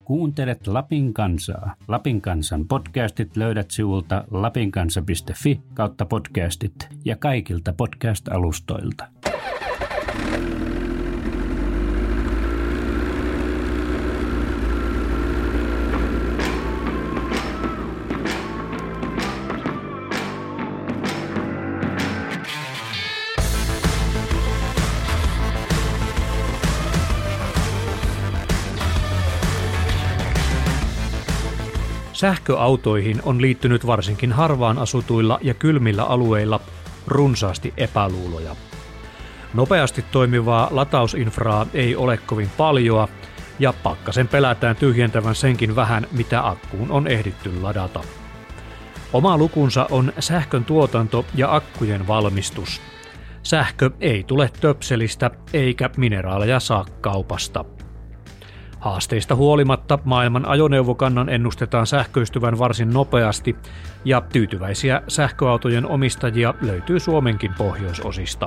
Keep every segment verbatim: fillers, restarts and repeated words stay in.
Kuuntelet Lapin kansaa. Lapin kansan podcastit löydät sivulta lapinkansa piste fi kautta podcastit ja kaikilta podcast-alustoilta. Sähköautoihin on liittynyt varsinkin harvaan asutuilla ja kylmillä alueilla runsaasti epäluuloja. Nopeasti toimivaa latausinfraa ei ole kovin paljoa, ja pakkasen pelätään tyhjentävän senkin vähän, mitä akkuun on ehditty ladata. Oma lukunsa on sähkön tuotanto ja akkujen valmistus. Sähkö ei tule töpselistä eikä mineraaleja saa kaupasta. Haasteista huolimatta maailman ajoneuvokannan ennustetaan sähköistyvän varsin nopeasti ja tyytyväisiä sähköautojen omistajia löytyy Suomenkin pohjoisosista.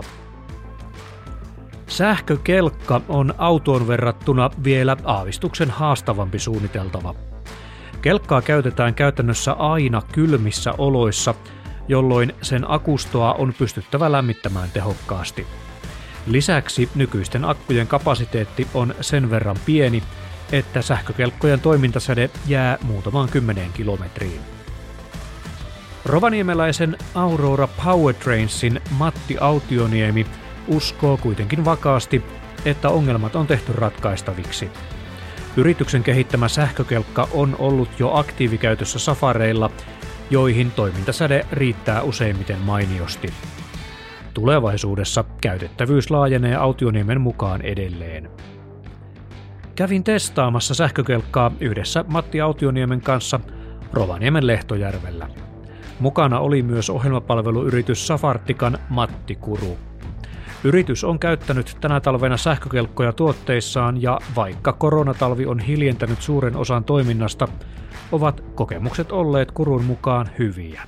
Sähkökelkka on autoon verrattuna vielä aavistuksen haastavampi suunniteltava. Kelkkaa käytetään käytännössä aina kylmissä oloissa, jolloin sen akustoa on pystyttävä lämmittämään tehokkaasti. Lisäksi nykyisten akkujen kapasiteetti on sen verran pieni, että sähkökelkkojen toimintasäde jää muutamaan kymmeneen kilometriin. Rovaniemeläisen Aurora Powertrainsin Matti Autioniemi uskoo kuitenkin vakaasti, että ongelmat on tehty ratkaistaviksi. Yrityksen kehittämä sähkökelkka on ollut jo aktiivikäytössä safareilla, joihin toimintasäde riittää useimmiten mainiosti. Tulevaisuudessa käytettävyys laajenee Autioniemen mukaan edelleen. Kävin testaamassa sähkökelkkaa yhdessä Matti Autioniemen kanssa Rovaniemen Lehtojärvellä. Mukana oli myös ohjelmapalveluyritys Safartikan Matti Kuru. Yritys on käyttänyt tänä talvena sähkökelkkoja tuotteissaan ja vaikka koronatalvi on hiljentänyt suuren osan toiminnasta, ovat kokemukset olleet Kurun mukaan hyviä.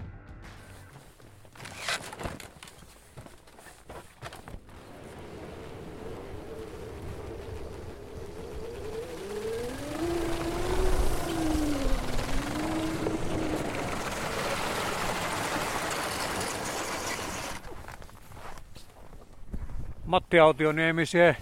Matti Autioniemi, sie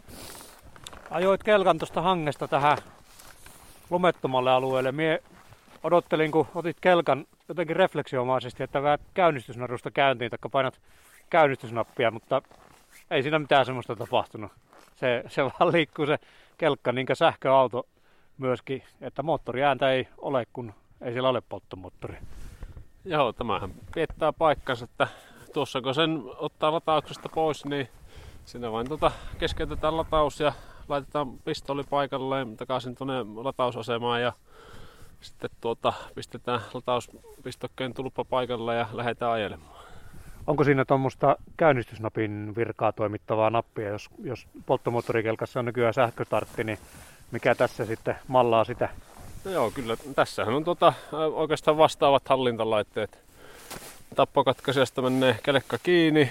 ajoit kelkan tuosta hangesta tähän lumettomalle alueelle. Mie odottelin, kun otit kelkan jotenkin refleksiomaisesti, että vähän käynnistysnarusta käyntiin, taikka painat käynnistysnappia, mutta ei siinä mitään semmoista tapahtunut. Se, se vaan liikkuu se kelkka, niin kuin sähköauto myöskin, että moottoriääntä ei ole, kun ei siellä ole polttomoottori. Joo, tämähän piettää paikkansa, että tuossa kun sen ottaa latauksesta pois, niin siinä vain tuota keskeytetään lataus ja laitetaan pistoli paikalleen takaisin tuonne latausasemaan ja sitten tuota pistetään latauspistokkeen tulppa paikalle ja lähdetään ajelemaan. Onko siinä tuommoista käynnistysnapin virkaa toimittavaa nappia, jos, jos polttomoottorikelkassa on nykyään sähkötartti, niin mikä tässä sitten mallaa sitä? No joo, kyllä tässähän on tuota, oikeastaan vastaavat hallintalaitteet. Tappokatkaisijasta menee kelkka kiinni,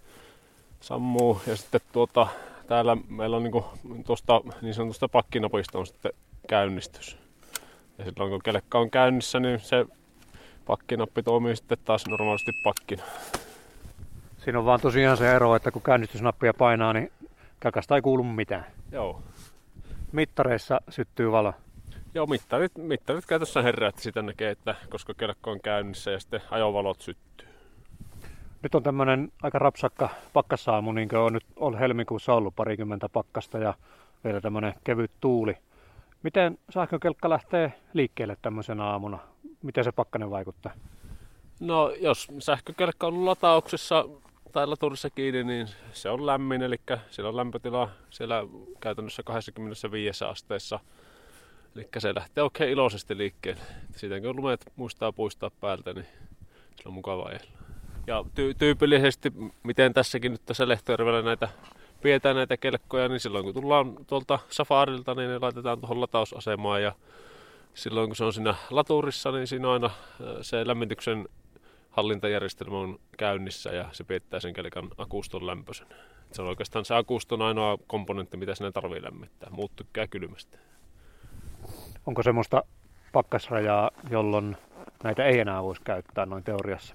sammuu ja sitten tuota, täällä meillä on niinku tuosta niin sanotusta pakkinapista on sitten käynnistys. Ja silloin kun kelkka on käynnissä, niin se pakkinappi toimii sitten taas normaalisti pakkina. Siinä on vaan tosiaan se ero, että kun käynnistysnappia painaa, niin kelkasta ei kuulu mitään. Joo. Mittareissa syttyy valo. Joo, mittarit, mittarit käytössä herää, että sitä näkee, että koska kelkka on käynnissä ja sitten ajovalot syttyy. Nyt on tämmöinen aika rapsakka pakkassaamu, niin kuin on nyt on helmikuussa ollut parikymmentä pakkasta ja vielä tämmöinen kevyt tuuli. Miten sähkökelkka lähtee liikkeelle tämmöisenä aamuna? Miten se pakkanen vaikuttaa? No jos sähkökelkka on ollut latauksessa tai laturissa kiinni, niin se on lämmin, eli siellä on lämpötila siellä käytännössä kaksikymmentäviisi asteessa. Eli se lähtee oikein iloisesti liikkeelle. Siitä kun lumet muistaa puistaa päältä, niin se on mukava ajella. Ja ty- tyypillisesti, miten tässäkin nyt tässä Lehtojärvellä näitä pidetään näitä kelkkoja, niin silloin kun tullaan tuolta safarilta, niin ne laitetaan tuohon latausasemaan. Ja silloin kun se on siinä laturissa, niin siinä aina se lämmityksen hallintajärjestelmä on käynnissä ja se pidetään sen kelkan akuston lämpöisen. Se on oikeastaan se akuston ainoa komponentti, mitä sinne tarvii lämmittää. Muut tykkää kylmästä. Onko semmoista pakkasrajaa, jolloin näitä ei enää voisi käyttää noin teoriassa?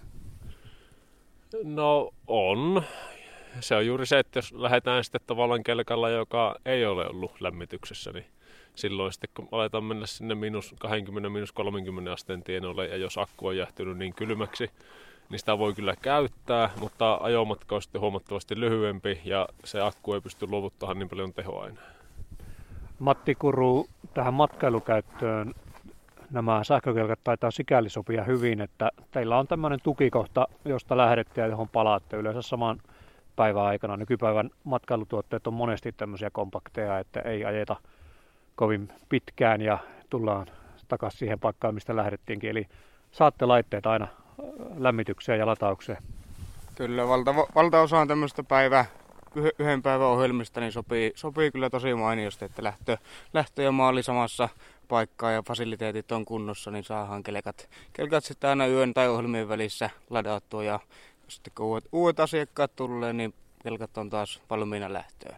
No on. Se on juuri se, että jos lähdetään sitten tavallaan kelkalla, joka ei ole ollut lämmityksessä, niin silloin sitten kun aletaan mennä sinne miinus kaksikymmentä miinus kolmekymmentä asteen tienoille ja jos akku on jähtynyt niin kylmäksi, niin sitä voi kyllä käyttää, mutta ajomatka on sitten huomattavasti lyhyempi ja se akku ei pysty luovuttamaan niin paljon tehoa enää. Matti Kuru, tähän matkailukäyttöön nämä sähkökelkat taitaa sikäli sopia hyvin, että teillä on tämmöinen tukikohta, josta lähdette ja johon palaatte yleensä saman päivän aikana. Nykypäivän matkailutuotteet on monesti tämmöisiä kompakteja, että ei ajeta kovin pitkään ja tullaan takaisin siihen paikkaan, mistä lähdettiinkin. Eli saatte laitteet aina lämmitykseen ja lataukseen. Kyllä, valta, valtaosa on tämmöistä päivää, yhden päivän ohjelmista, niin sopii, sopii kyllä tosi mainiosti, että lähtö, lähtö ja maali samassa paikkaa ja fasiliteetit on kunnossa, niin saadaan kelkat, kelkat sitten aina yön tai ohjelmien välissä ladattua ja sitten kun uudet, uudet asiakkaat tulee, niin kelkat on taas valmiina lähtöön.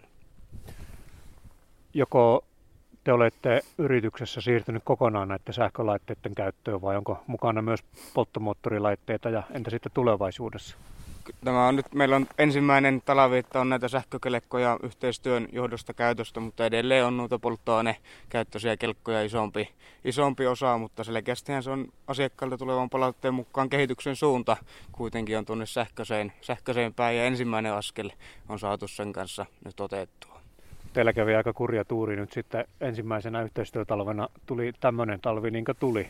Joko te olette yrityksessä siirtynyt kokonaan näiden sähkölaitteiden käyttöön vai onko mukana myös polttomoottorilaitteita ja entä sitten tulevaisuudessa? Tämä on nyt, meillä on ensimmäinen talaviitta on näitä sähkökelkkoja yhteistyön johdosta käytöstä, mutta edelleen on noita polttoainekäyttöisiä kelkkoja isompi, isompi osa, mutta selkeästihän se on asiakkailta tulevan palautteen mukaan kehityksen suunta kuitenkin on tuonne sähköiseen, sähköiseen päin ja ensimmäinen askel on saatu sen kanssa nyt otettua. Teillä kävi aika kurja tuuri nyt sitten ensimmäisenä yhteistyötalvena tuli tämmöinen talvi, niin kuin tuli.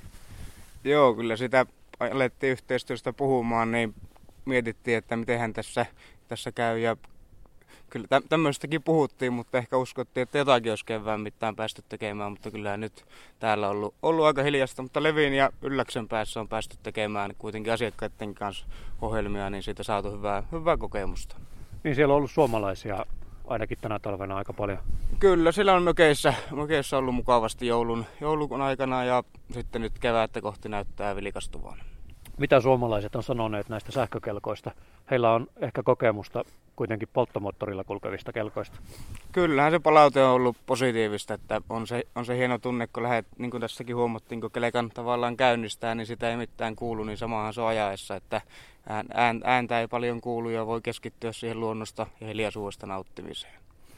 Joo, kyllä sitä alettiin yhteistyöstä puhumaan, niin mietittiin, että mitenhän tässä, tässä käy ja kyllä tä- tämmöistäkin puhuttiin, mutta ehkä uskottiin, että jotakin olisi kevään mittaan päästy tekemään, mutta kyllähän nyt täällä on ollut, ollut aika hiljasta, mutta Levin ja Ylläksen päässä on päästy tekemään kuitenkin asiakkaiden kanssa ohjelmia, niin siitä saatu hyvää, hyvää kokemusta. Niin siellä on ollut suomalaisia ainakin tänä talvena aika paljon. Kyllä, siellä on mökeissä, mökeissä ollut mukavasti joulun, joulun aikana ja sitten nyt kevättä kohti näyttää vilikastuvan. Mitä suomalaiset on sanoneet näistä sähkökelkoista? Heillä on ehkä kokemusta kuitenkin polttomoottorilla kulkevista kelkoista. Kyllähän se palaute on ollut positiivista, että on se, on se hieno tunne, kun lähdet, niin kuin tässäkin huomattiin, kun kelekan tavallaan käynnistää, niin sitä ei mitään kuulu, niin samahan se on ajaessa, että ään, ääntä ei paljon kuulu ja voi keskittyä siihen luonnosta ja hiljaisuudesta nauttimiseen.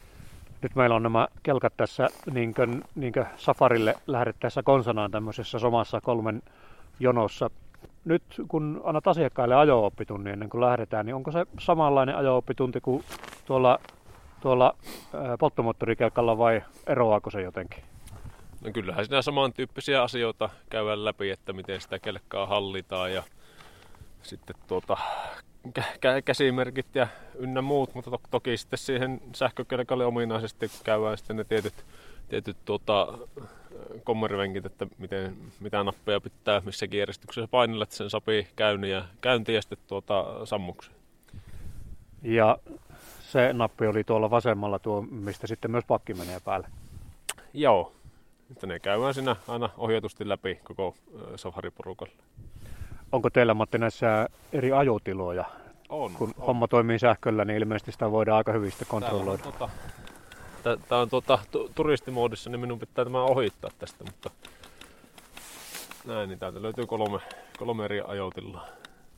Nyt meillä on nämä kelkat tässä niin kuin, niin kuin safarille lähdettäessä konsanaan tämmöisessä somassa kolmen jonossa. Nyt kun annat asiakkaille ajo-oppitunnin ennen kuin lähdetään, niin onko se samanlainen ajo-oppitunti kuin tuolla, tuolla polttomoottorikelkalla vai eroaako se jotenkin? No kyllähän siinä samantyyppisiä asioita käydään läpi, että miten sitä kelkkaa hallitaan ja sitten tuota, kä- käsimerkit ja ynnä muut, mutta to- toki sitten siihen sähkökelkalle ominaisesti käydään sitten ne tietyt, tietyt tuota, kommarivenkit, että miten, mitä nappeja pitää missäkin järjestyksessä painella, että sen sopii käynnin ja, käyntiin ja sitten tuota, sammukseen. Ja se nappi oli tuolla vasemmalla, tuo, mistä sitten myös pakki menee päälle. Joo, että ne käydään siinä aina ohjatusti läpi koko safariporukalle. Onko teillä, Matti, näissä eri ajotiloja? On. Kun on. homma toimii sähköllä, niin ilmeisesti sitä voidaan aika hyvin sitten kontrolloida. Täällä on, tota, Tämä on tuota, turistimoodissa, niin minun pitää tämä ohittaa tästä, mutta näin, niin täältä löytyy kolme, kolme eri ajotilaa.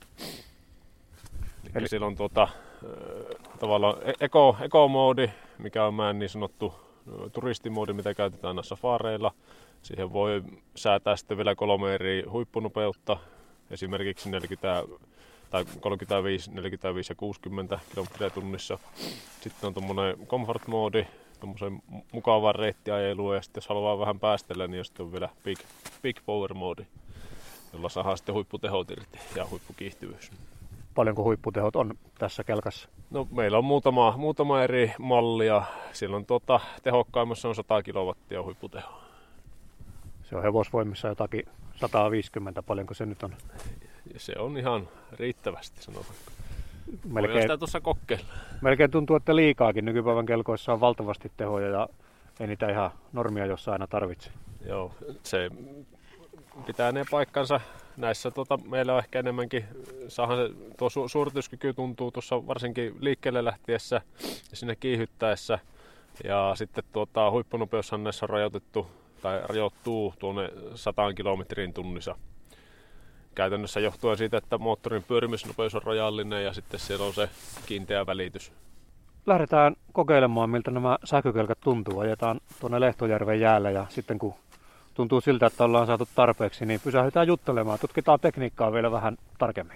Eli siellä on tuota, tavallaan eko, ekomoodi, mikä on meidän niin sanottu turistimoodi, mitä käytetään aina safareilla. Siihen voi säätää sitten vielä kolme eri huippunopeutta, esimerkiksi neljäkymmentä, tai kolmekymmentäviisi, neljäkymmentäviisi ja kuusikymmentä kilometriä tunnissa. Sitten on tuommoinen comfort-moodi, tuommoisen mukavan reittiajelua, ja sitten jos haluaa vähän päästellä, niin sitten on vielä big, big power-moodi, jolla saadaan sitten huipputehot irti ja huippukiihtyvyys. Paljonko huipputehot on tässä kelkassa? No, meillä on muutama, muutama eri mallia. Siellä on tuota, tehokkaimmassa on sata kilowattia huipputeho. Se on hevosvoimissa jotakin sata viisikymmentä, paljonko se nyt on? Ja se on ihan riittävästi, sanotaanko. Melkein, sitä tuossa kokeilla. Melkein tuntuu, että liikaakin. Nykypäivän kelkoissa on valtavasti tehoja ja ei niitä ihan normia jossain aina tarvitse. Joo, se pitää ne paikkansa. Näissä tota, meillä on ehkä enemmänkin, saahan se, tuo su- suorituskyky tuntuu tuossa varsinkin liikkeelle lähtiessä ja sinne kiihyttäessä. Ja sitten tuota, huippunopeushan näissä on rajoitettu tai rajoittuu tuonne sataan kilometrin tunnissa. Käytännössä johtuen siitä, että moottorin pyörimisnopeus on rajallinen ja sitten siellä on se kiinteä välitys. Lähdetään kokeilemaan, miltä nämä sähkökelkat tuntuu. Ajetaan tuonne Lehtojärven jäälle ja sitten kun tuntuu siltä, että ollaan saatu tarpeeksi, niin pysähdytään juttelemaan. Tutkitaan tekniikkaa vielä vähän tarkemmin.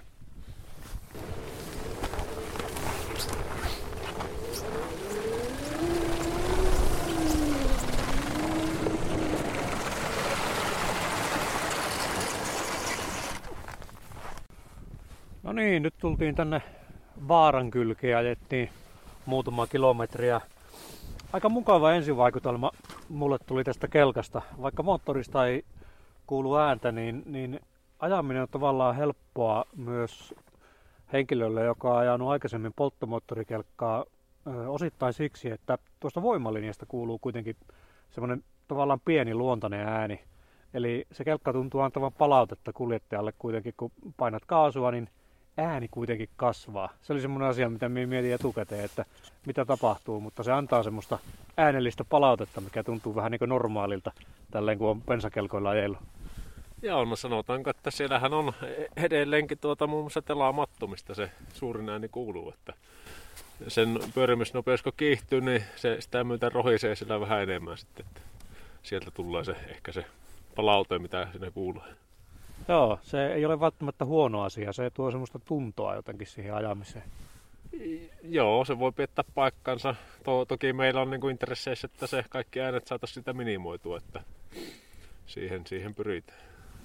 No niin, nyt tultiin tänne Vaaran kylkeen ja ajettiin muutama kilometriä. Aika mukava ensivaikutelma mulle tuli tästä kelkasta. Vaikka moottorista ei kuulu ääntä, niin, niin ajaminen on tavallaan helppoa myös henkilölle, joka on ajanut aikaisemmin polttomoottorikelkkaa osittain siksi, että tuosta voimalinjasta kuuluu kuitenkin semmoinen tavallaan pieni luontainen ääni. Eli se kelkka tuntuu antavan palautetta kuljettajalle kuitenkin, kun painat kaasua, niin ääni kuitenkin kasvaa. Se oli semmoinen asia, mitä minä mietin etukäteen, että mitä tapahtuu, mutta se antaa semmoista äänellistä palautetta, mikä tuntuu vähän niin kuin normaalilta, tälleen kun on bensakelkoilla ajellut. Joo, no sanotaanko, että siellähän on edelleenkin tuota muun muassa telaamattomista se suurin ääni kuuluu, että sen pyörimisnopeus kun kiihtyy, niin se sitä myöten rohisee sillä vähän enemmän sitten, että sieltä tulee se ehkä se palaute, mitä siinä kuuluu. Joo, se ei ole välttämättä huono asia, se tuo semmoista tuntoa jotenkin siihen ajamiseen. Joo, se voi piettää paikkansa. To- toki meillä on niinku intresseissä, että se kaikki äänet saataisiin sitä minimoitua, että siihen, siihen pyritään.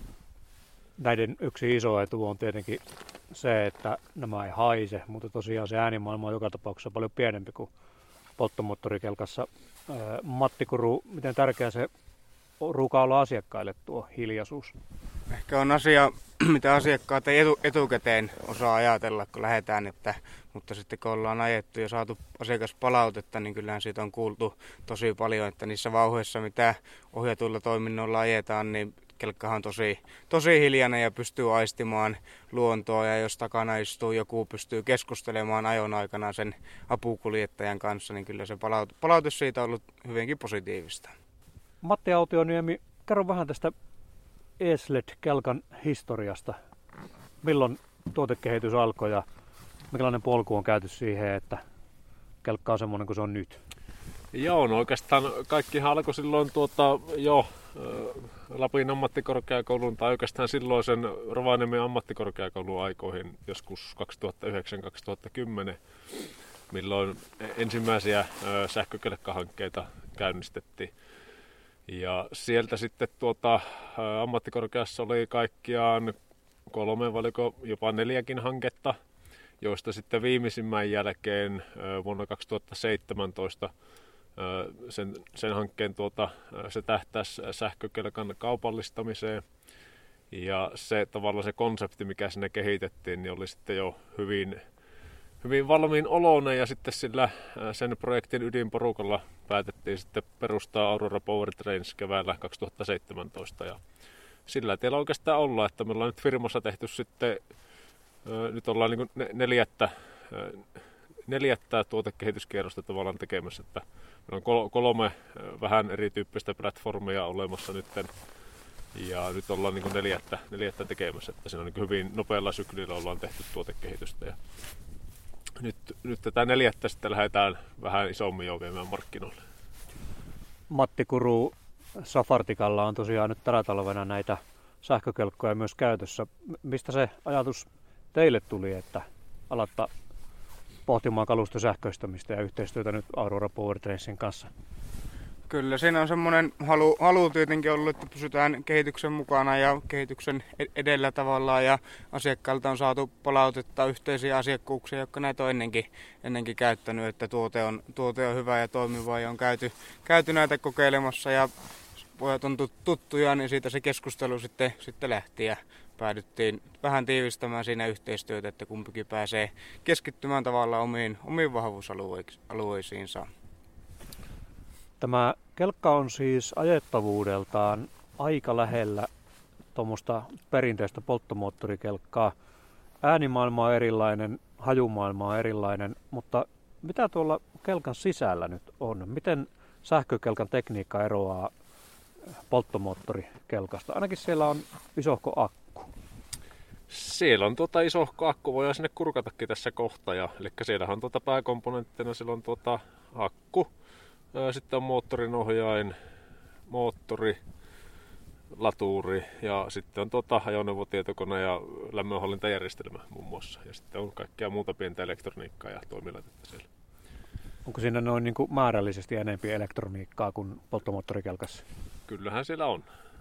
Näiden yksi iso etu on tietenkin se, että nämä ei haise, mutta tosiaan se äänimaailma on joka tapauksessa paljon pienempi kuin polttomoottorikelkassa. Matti Kuru, miten tärkeä se ruukaa olla asiakkaille tuo hiljaisuus? Ehkä on asia, mitä asiakkaat ei etu, etukäteen osaa ajatella, kun lähdetään, että, mutta sitten kun ollaan ajettu ja saatu asiakaspalautetta, niin kyllähän siitä on kuultu tosi paljon, että niissä vauheissa, mitä ohjatuilla toiminnoilla ajetaan, niin kelkkahan on tosi, tosi hiljainen ja pystyy aistimaan luontoa, ja jos takana istuu joku, pystyy keskustelemaan ajon aikana sen apukuljettajan kanssa, niin kyllä se palaute, palaute siitä on ollut hyvinkin positiivista. Matti Autioniemi, kerro vähän tästä E-Sled-kelkan historiasta. Milloin tuotekehitys alkoi ja millainen polku on käyty siihen, että kelkka on semmoinen kuin se on nyt? Joo, no oikeastaan kaikkihan alkoi silloin tuota, jo Lapin ammattikorkeakoulun tai oikeastaan silloisen Rovaniemen ammattikorkeakoulun aikoihin joskus kaksituhattayhdeksän kaksituhattakymmenen, milloin ensimmäisiä sähkökelkkahankkeita käynnistettiin. Ja sieltä sitten tuota, ammattikorkeassa oli kaikkiaan kolme, valiko jopa neljäkin hanketta, joista sitten viimeisimmän jälkeen vuonna kaksituhattaseitsemäntoista sen, sen hankkeen tuota, se tähtäisi sähkökelkan kaupallistamiseen. Ja se tavallaan se konsepti, mikä siinä kehitettiin, niin oli sitten jo hyvin, hyvin valmiin oloinen, ja sitten sillä sen projektin ydinporukalla päätettiin sitten perustaa Aurora Powertrains keväällä kaksituhattaseitsemäntoista. Ja sillä tiellä oikeastaan ollaan, että me ollaan nyt firmassa tehty sitten, nyt ollaan niin kuin neljättä, neljättä tuotekehityskierrosta tavallaan tekemässä, että meillä on kolme vähän erityyppistä platformia olemassa nytten. Ja nyt ollaan niin kuin neljättä, neljättä tekemässä, että siinä on niin kuin hyvin nopealla syklillä ollaan tehty tuotekehitystä. Ja nyt, nyt tätä neljättä sitten lähdetään vähän isommin jo viemään markkinoille. Matti Kuru, Safarticalla on tosiaan nyt tänä talvena näitä sähkökelkkoja myös käytössä. Mistä se ajatus teille tuli, että alatta pohtimaan kaluston sähköistämistä ja yhteistyötä nyt Aurora Powertrainsin kanssa? Kyllä siinä on semmoinen halu, halu tietenkin ollut, että pysytään kehityksen mukana ja kehityksen edellä tavallaan, ja asiakkailta on saatu palautetta yhteisiä asiakkuuksia, jotka näitä on ennenkin, ennenkin käyttänyt, että tuote on, tuote on hyvä ja toimiva, ja on käyty, käyty näitä kokeilemassa ja pojat on tuttuja, niin siitä se keskustelu sitten, sitten lähti ja päädyttiin vähän tiivistämään siinä yhteistyötä, että kumpikin pääsee keskittymään tavallaan omiin, omiin vahvuusalueisiinsa. Tämä kelkka on siis ajettavuudeltaan aika lähellä tuommoista perinteistä polttomoottorikelkkaa. Äänimaailma on erilainen, hajumaailma on erilainen, mutta mitä tuolla kelkan sisällä nyt on? Miten sähkökelkan tekniikka eroaa polttomoottorikelkasta? Ainakin siellä on isohko akku. Siellä on tuota isohko akku, voidaan sinne kurkatakin tässä kohta. Ja, eli siellähän on tuota pääkomponenttina silloin tuota akku, sitten on moottorin ohjain, moottori, laturi ja sitten on tuota ajoneuvotietokone ja lämmönhallintajärjestelmä muun muassa. Ja sitten on kaikkea muuta pientä elektroniikkaa ja toimilaitetta siellä. Onko siinä noin niin kuin määrällisesti enemmän elektroniikkaa kuin polttomoottorikelkassa? Kyllähän siellä on.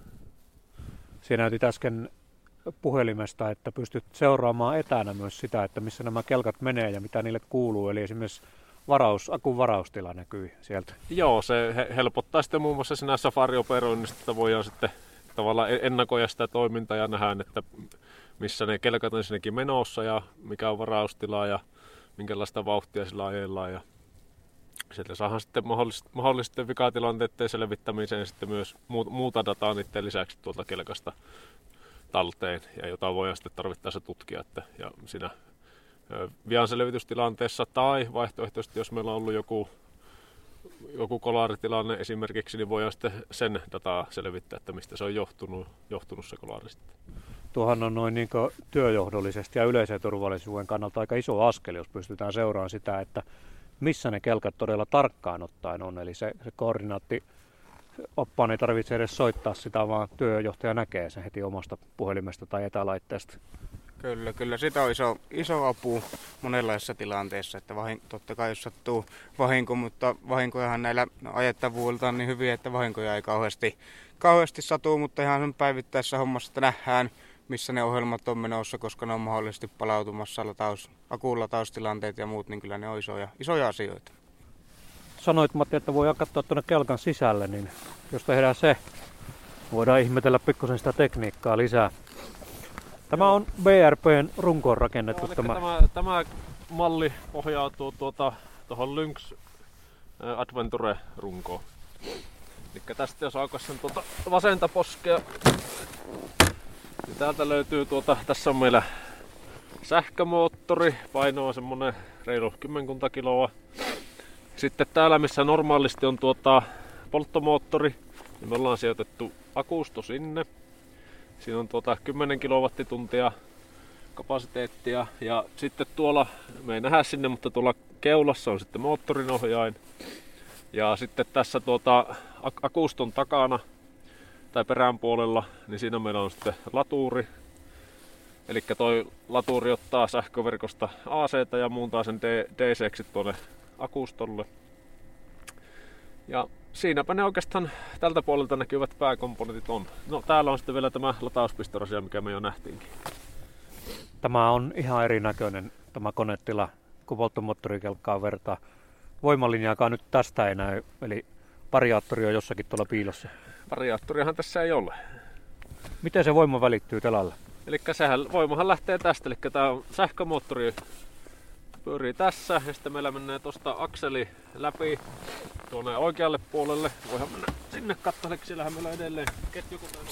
Siinä näytit äsken puhelimesta, että pystyt seuraamaan etänä myös sitä, että missä nämä kelkat menee ja mitä niille kuuluu. Eli esimerkiksi varaus, akun varaustila näkyy sieltä. Joo, se helpottaa sitten muun muassa siinä Safari-operoinnista, että voidaan sitten tavallaan ennakoida sitä toimintaa ja nähdään, että missä ne kelkat on sinnekin menossa ja mikä on varaustila ja minkälaista vauhtia sillä ajellaan. Ja sieltä saadaan sitten mahdollisten vikatilanteiden selvittämiseen sitten myös muuta dataa niiden lisäksi tuolta kelkasta talteen, ja jota voidaan sitten tarvittaessa tutkia. Että, ja siinä vianselvitystilanteessa tai vaihtoehtoisesti, jos meillä on ollut joku, joku kolaaritilanne esimerkiksi, niin voidaan sitten sen dataa selvittää, että mistä se on johtunut, johtunut se kolaari sitten. Tuohan on noin niin kuin työjohdollisesti ja yleisen turvallisuuden kannalta aika iso askel, jos pystytään seuraamaan sitä, että missä ne kelkat todella tarkkaan ottaen on. Eli se, se koordinaatti oppaan ei tarvitse edes soittaa sitä, vaan työjohtaja näkee sen heti omasta puhelimesta tai etälaitteesta. Kyllä, kyllä. Sitä on iso, iso apu monenlaisissa tilanteissa, että vahin, totta kai jos sattuu vahinko, mutta vahinkojahan näillä ajettavuudelta on niin hyviä, että vahinkoja ei kauheasti, kauheasti satu, mutta ihan sen päivittäisessä hommassa, että nähdään, missä ne ohjelmat on menossa, koska ne on mahdollisesti palautumassa lataus, akun lataustilanteet ja muut, niin kyllä ne on isoja, isoja asioita. Sanoit, Matti, että voidaan katsoa tuonne kelkan sisälle, niin jos tehdään se, voidaan ihmetellä pikkusen sitä tekniikkaa lisää. Tämä on B R P:n runkoon rakennettu. No, tämä. Tämä, tämä malli pohjautuu tuota, tuohon Lynx Adventure-runkoon. Eli tästä jos aukaisi sen tuota vasenta poskea, niin täältä löytyy tuota, tässä on meillä sähkömoottori, paino on semmonen reilu kymmenkunta kiloa. Sitten täällä missä normaalisti on tuota polttomoottori, niin me ollaan sijoitettu akusto sinne. Siinä on tuota kymmenen kilowattituntia kapasiteettia ja sitten tuolla, me ei nähdä sinne, mutta tuolla keulassa on sitten moottorin ohjain. Ja sitten tässä tuota akuston takana tai perään puolella, niin siinä meillä on sitten laturi. Eli toi laturi ottaa sähköverkosta A C:tä ja muuntaa sen D C:ksi tuonne akustolle. Ja siinäpä ne oikeastaan tältä puolelta näkyvät pääkomponentit on. No täällä on sitten vielä tämä latauspistorasia, mikä me jo nähtiinkin. Tämä on ihan erinäköinen tämä konetila, kun polttomoottorikelkkaa vertaa. Voimalinjaakaan nyt tästä ei näy, eli variaattori on jossakin tuolla piilossa. Variaattoriahan tässä ei ole. Miten se voima välittyy telalle? Eli sehän, voimahan lähtee tästä, eli tämä sähkömoottori pyörii tässä ja sitten meillä menee tuosta akseli läpi tuonne oikealle puolelle. Voihan mennä sinne katsomaan, eli siellähän meillä on edelleen ketjukoteilla.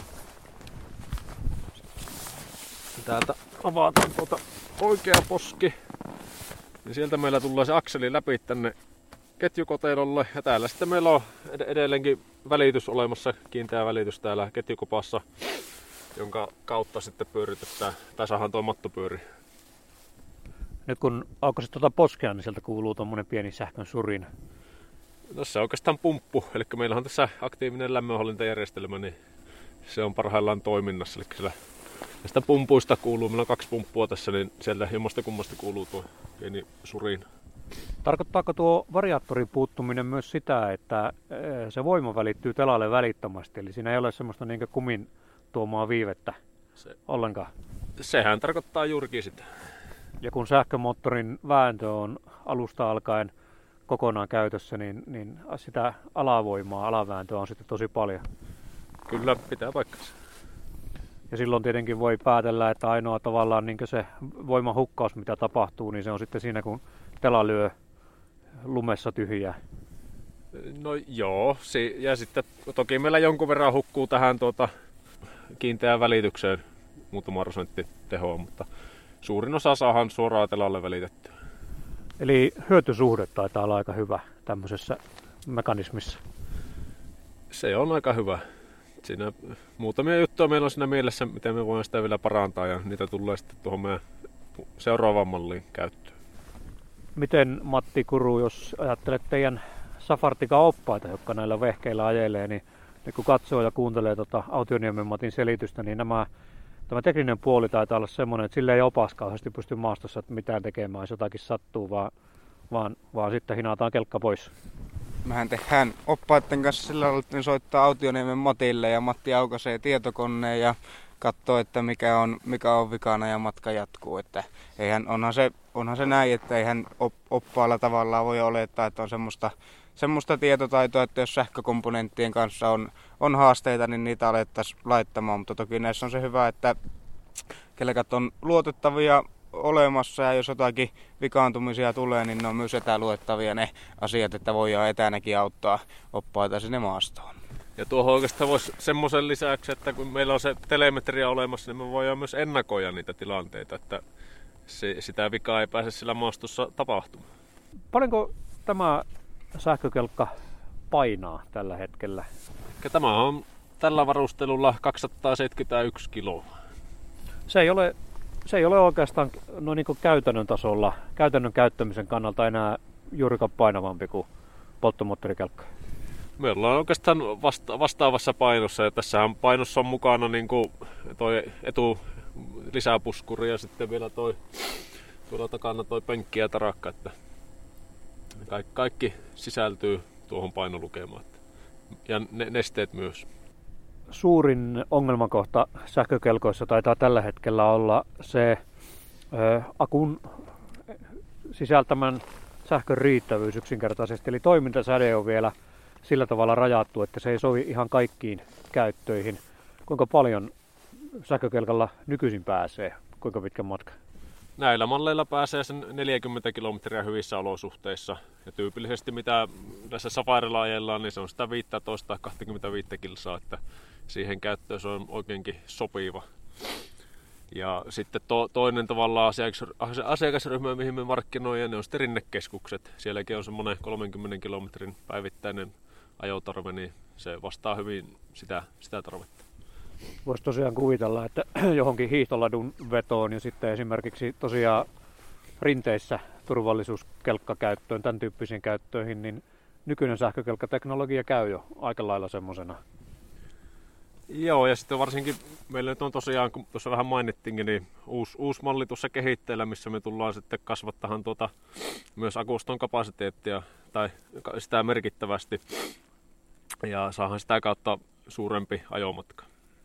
Täältä avataan tuota oikea poski. Ja sieltä meillä tulee se akseli läpi tänne ketjukoteilolle. Ja täällä sitten meillä on edelleenkin välitys olemassa, kiinteä välitys täällä ketjukopassa, jonka kautta sitten pyöritetään, tai saadaan tuo matto pyöri. Nyt kun aukaisit tuota poskea, niin sieltä kuuluu tuommoinen pieni sähkön surina. Tässä on oikeastaan pumppu, eli meillä on tässä aktiivinen lämmönhallintajärjestelmä, niin se on parhaillaan toiminnassa. Eli siellä näistä pumpuista kuuluu, meillä on kaksi pumppua tässä, niin sieltä jommasta kummasta kuuluu tuo pieni surin. Tarkoittaako tuo variaattorin puuttuminen myös sitä, että se voima välittyy telalle välittömästi, eli siinä ei ole semmoista niin kuin kumin tuomaa viivettä se, ollenkaan? Sehän tarkoittaa juurikin sitä. Ja kun sähkömoottorin vääntö on alusta alkaen kokonaan käytössä, niin, niin sitä alavoimaa, alavääntöä on sitten tosi paljon. Kyllä, pitää paikkansa. Ja silloin tietenkin voi päätellä, että ainoa tavallaan niin se voiman hukkaus, mitä tapahtuu, niin se on sitten siinä, kun tela lyö lumessa tyhjää. No joo, ja sitten toki meillä jonkun verran hukkuu tähän tuota kiinteään välitykseen muutama prosentti tehoa, mutta suurin osa saadaan suoraan telalle välitettyä. Eli hyötysuhde taitaa olla aika hyvä tämmöisessä mekanismissa. Se on aika hyvä. Siinä muutamia juttuja meillä on siinä mielessä, miten me voimme sitä vielä parantaa ja niitä tulee sitten tuohon meidän seuraavaan malliin käyttöön. Miten Matti Kuru, jos ajattelet teidän Safartica-oppaita, jotka näillä vehkeillä ajelee, niin kun katsoo ja kuuntelee tuota Autioniemen Matin selitystä, niin nämä, tämä tekninen puoli taitaa olla semmoinen, että sillä ei opas kauheasti pysty maastossa mitään tekemään, jos jotakin sattuu, vaan, vaan, vaan sitten hinataan kelkka pois. Mehän tehdään oppaiden kanssa sillä lailla, että ne soittaa Autioniemen Matille ja Matti aukaisee tietokoneen ja katsoo, että mikä on, mikä on vikana ja matka jatkuu. Että eihän, onhan, se, onhan se näin, että eihän oppaalla tavallaan voi olettaa, että on semmoista, semmoista tietotaitoa, että jos sähkökomponenttien kanssa on, on haasteita, niin niitä alettaisiin laittamaan. Mutta toki näissä on se hyvä, että kelkat on luotettavia olemassa ja jos jotakin vikaantumisia tulee, niin ne on myös etäluettavia ne asiat, että voidaan etänäkin auttaa oppaita sinne maastoon. Ja tuohon oikeastaan voisi semmoisen lisäksi, että kun meillä on se telemetria olemassa, niin me voidaan myös ennakoida niitä tilanteita, että se, sitä vikaa ei pääse sillä maastossa tapahtumaan. Paljonko tämä sähkökelkka painaa tällä hetkellä? Ja tämä on tällä varustelulla kaksisataaseitsemänkymmentäyksi kiloa. Se ei ole, se ei ole oikeastaan no niin kuin käytännön tasolla, käytännön käyttämisen kannalta enää juurikaan painavampi kuin polttomoottorikelkka. Me ollaan oikeastaan vasta- vastaavassa painossa ja tässähän painossa on mukana niin kuin toi etu lisäpuskuri ja sitten vielä toi tuolla takana toi penkki ja tarakka, että kaikki, kaikki sisältyy tuohon painolukemaan ja ne, nesteet myös. Suurin ongelmakohta sähkökelkoissa taitaa tällä hetkellä olla se ö, akun sisältämän sähkön riittävyys yksinkertaisesti. Eli toimintasäde on vielä sillä tavalla rajattu, että se ei sovi ihan kaikkiin käyttöihin. Kuinka paljon sähkökelkalla nykyisin pääsee? Kuinka pitkä matka? Näillä malleilla pääsee sen neljäkymmentä kilometriä hyvissä olosuhteissa. Ja tyypillisesti mitä tässä Safarilla ajellaan, niin se on sitä viisitoista kaksikymmentäviisi kilsaa, että siihen käyttöön se on oikeinkin sopiva. Ja sitten to, toinen tavallaan asiakas, asiakasryhmä, mihin me markkinoidaan, ne on sitten rinnekeskukset. Sielläkin on semmoinen kolmenkymmenen kilometrin päivittäinen ajotarve, niin se vastaa hyvin sitä, sitä tarvetta. Voisi tosiaan kuvitella, että johonkin hiihtoladun vetoon ja sitten esimerkiksi tosiaan rinteissä turvallisuuskelkkakäyttöön, tämän tyyppisiin käyttöihin, niin nykyinen sähkökelkkateknologia käy jo aika lailla semmoisena. Joo, ja sitten varsinkin meillä nyt on tosiaan, kun tuossa vähän mainittiinkin, niin uusi, uusi malli tuossa kehitteillä, missä me tullaan sitten kasvattamaan tuota, myös akuston kapasiteettia tai sitä merkittävästi ja saadaan sitä kautta suurempi ajomatka.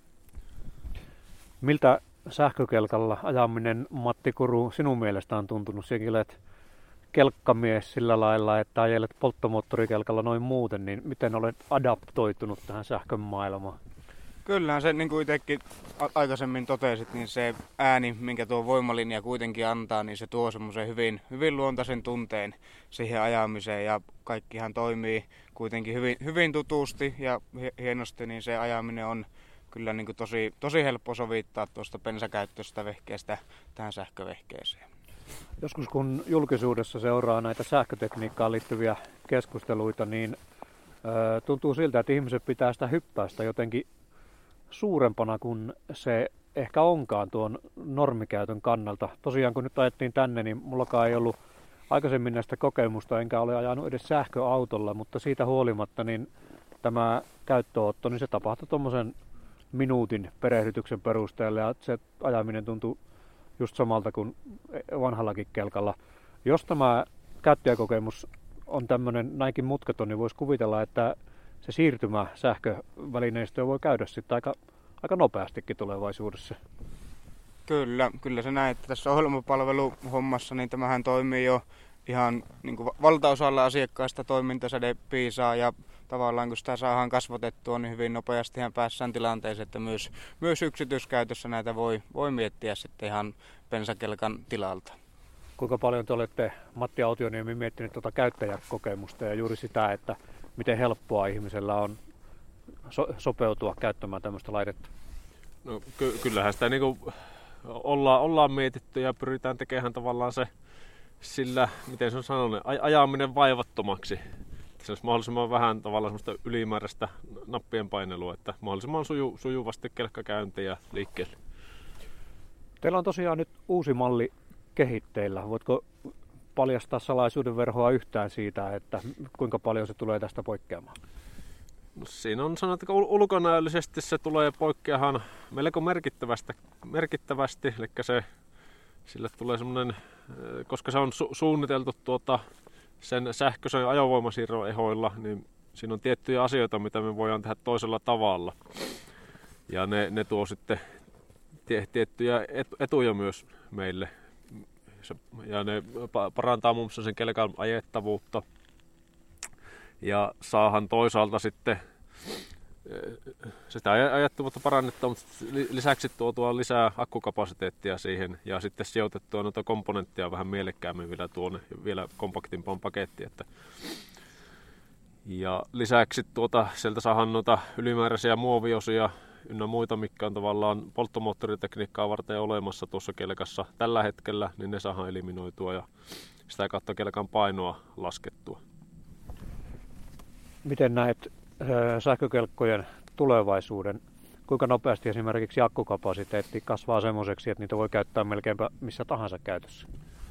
Miltä sähkökelkalla ajaminen, Matti Kuru, sinun mielestä on tuntunut? Sinäkin olet kelkkamies sillä lailla, että ajelet polttomoottorikelkalla noin muuten, niin miten olet adaptoitunut tähän sähkön maailmaan? Kyllähän se, niin kuin itsekin aikaisemmin totesit, niin se ääni, minkä tuo voimalinja kuitenkin antaa, niin se tuo semmoisen hyvin, hyvin luontaisen tunteen siihen ajamiseen ja kaikkihan toimii kuitenkin hyvin, hyvin tutusti ja hienosti, niin se ajaminen on kyllä niin kuin tosi, tosi helppo sovittaa tuosta bensakäyttöistä vehkeestä tähän sähkövehkeeseen. Joskus kun julkisuudessa seuraa näitä sähkötekniikkaan liittyviä keskusteluita, niin ö, tuntuu siltä, että ihmiset pitää sitä hyppäistä jotenkin suurempana kuin se ehkä onkaan tuon normikäytön kannalta. Tosiaan kun nyt ajettiin tänne, niin mullakaan ei ollut aikaisemmin näistä kokemusta, enkä ole ajanut edes sähköautolla, mutta siitä huolimatta niin tämä käyttöotto, niin se tapahtui tuommoisen minuutin perehdytyksen perusteella ja se ajaminen tuntui just samalta kuin vanhallakin kelkalla. Jos tämä käyttäjäkokemus on tämmöinen näinkin mutkaton, niin voisi kuvitella, että se siirtymä sähkövälineistöön voi käydä sitten aika, aika nopeastikin tulevaisuudessa. Kyllä, kyllä se näin, että tässä ohjelmapalveluhommassa niin tämähän toimii jo ihan niin kuin valtaosalla asiakkaista toimintasäde piisaa ja tavallaan kun sitä saadaan kasvatettua, niin hyvin nopeastihan päässään tilanteeseen, että myös, myös yksityiskäytössä näitä voi, voi miettiä sitten ihan bensakelkan tilalta. Kuinka paljon te olette, Matti Autioniemi, miettineet tuota käyttäjäkokemusta ja juuri sitä, että miten helppoa ihmisellä on so- sopeutua käyttämään tämmöistä laitetta? No ky- kyllähän sitä niinku ollaan, ollaan mietitty ja pyritään tekemään tavallaan se sillä, miten se on sanonut, aj- ajaminen vaivattomaksi. että se olisi mahdollisimman vähän tavallaan semmoista ylimääräistä nappien painelua, että mahdollisimman suju, sujuvasti kelkka käyntiin ja liikkeelle. Teillä on tosiaan nyt uusi malli kehitteillä. Voitko paljastaa salaisuuden verhoa yhtään siitä, että kuinka paljon se tulee tästä poikkeamaan? No, siinä on sanottu, että ulkonäöllisesti se tulee poikkeahan melko merkittävästi, merkittävästi eli se, sille tulee semmoinen, koska se on su- suunniteltu tuota, sen sähköisen ajovoimasiirron ehoilla, niin siinä on tiettyjä asioita, mitä me voidaan tehdä toisella tavalla. Ja ne, ne tuo sitten tie, tiettyjä etuja myös meille. Ja ne parantaa muun muassa sen kelkan ajettavuutta. Ja saahan toisaalta sitten sitä ajettavuutta parannettua, mutta lisäksi tuotua lisää akkukapasiteettia siihen ja sitten sijoitettua noita komponentteja vähän mielekkäämmin vielä tuonne vielä kompaktimpaan pakettiin. Että ja lisäksi tuota, sieltä saadaan noita ylimääräisiä muoviosia ynnä muita, mitkä on tavallaan polttomoottoritekniikkaa varten olemassa tuossa kelkassa tällä hetkellä, niin ne saadaan eliminoitua ja sitä kautta kelkan painoa laskettua. Miten näet sähkökelkkojen tulevaisuuden? Kuinka nopeasti esimerkiksi akkukapasiteetti kasvaa semmoiseksi, että niitä voi käyttää melkeinpä missä tahansa käytössä?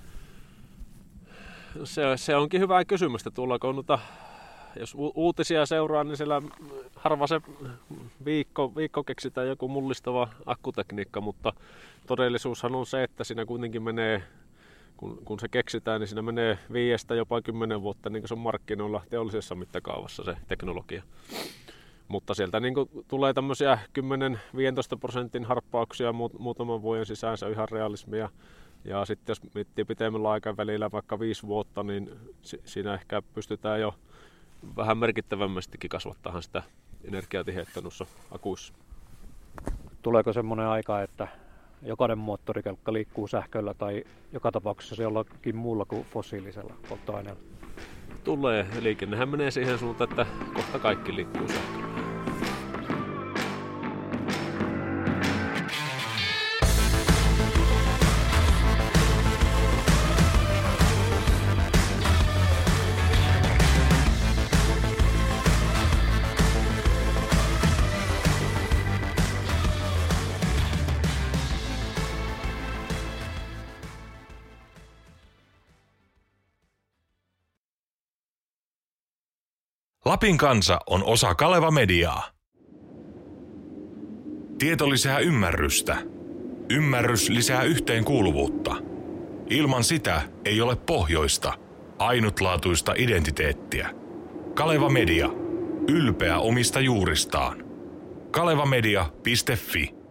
Se, se onkin hyvä kysymys, että tuollaako noita, jos uutisia seuraa, niin siellä harva se viikko, viikko keksitään joku mullistava akkutekniikka, mutta todellisuushan on se, että siinä kuitenkin menee, kun, kun se keksitään, niin siinä menee viidestä jopa kymmenen vuotta, niin kuin se on markkinoilla teollisessa mittakaavassa se teknologia. Mutta sieltä niin kuin tulee tämmöisiä kymmenen viisitoista prosentin harppauksia muutaman vuoden sisään, se on ihan realismia. Ja sitten jos miettii pitemmällä aikavälillä vaikka viisi vuotta, niin siinä ehkä pystytään jo vähän merkittävämmästikin kasvattamaan sitä energiatiheyttä noissa akuissa. Tuleeko semmoinen aika, että jokainen moottorikelkka liikkuu sähköllä tai joka tapauksessa se jollakin muulla kuin fossiilisella polttoaineella? Tulee. Liikennehän menee siihen suuntaan, että kohta kaikki liikkuu sähköllä. Lapin kansa on osa Kaleva Mediaa. Tieto lisää ymmärrystä. Ymmärrys lisää yhteenkuuluvuutta. Ilman sitä ei ole pohjoista, ainutlaatuista identiteettiä. Kaleva Media. Ylpeä omista juuristaan. kalevamedia piste fi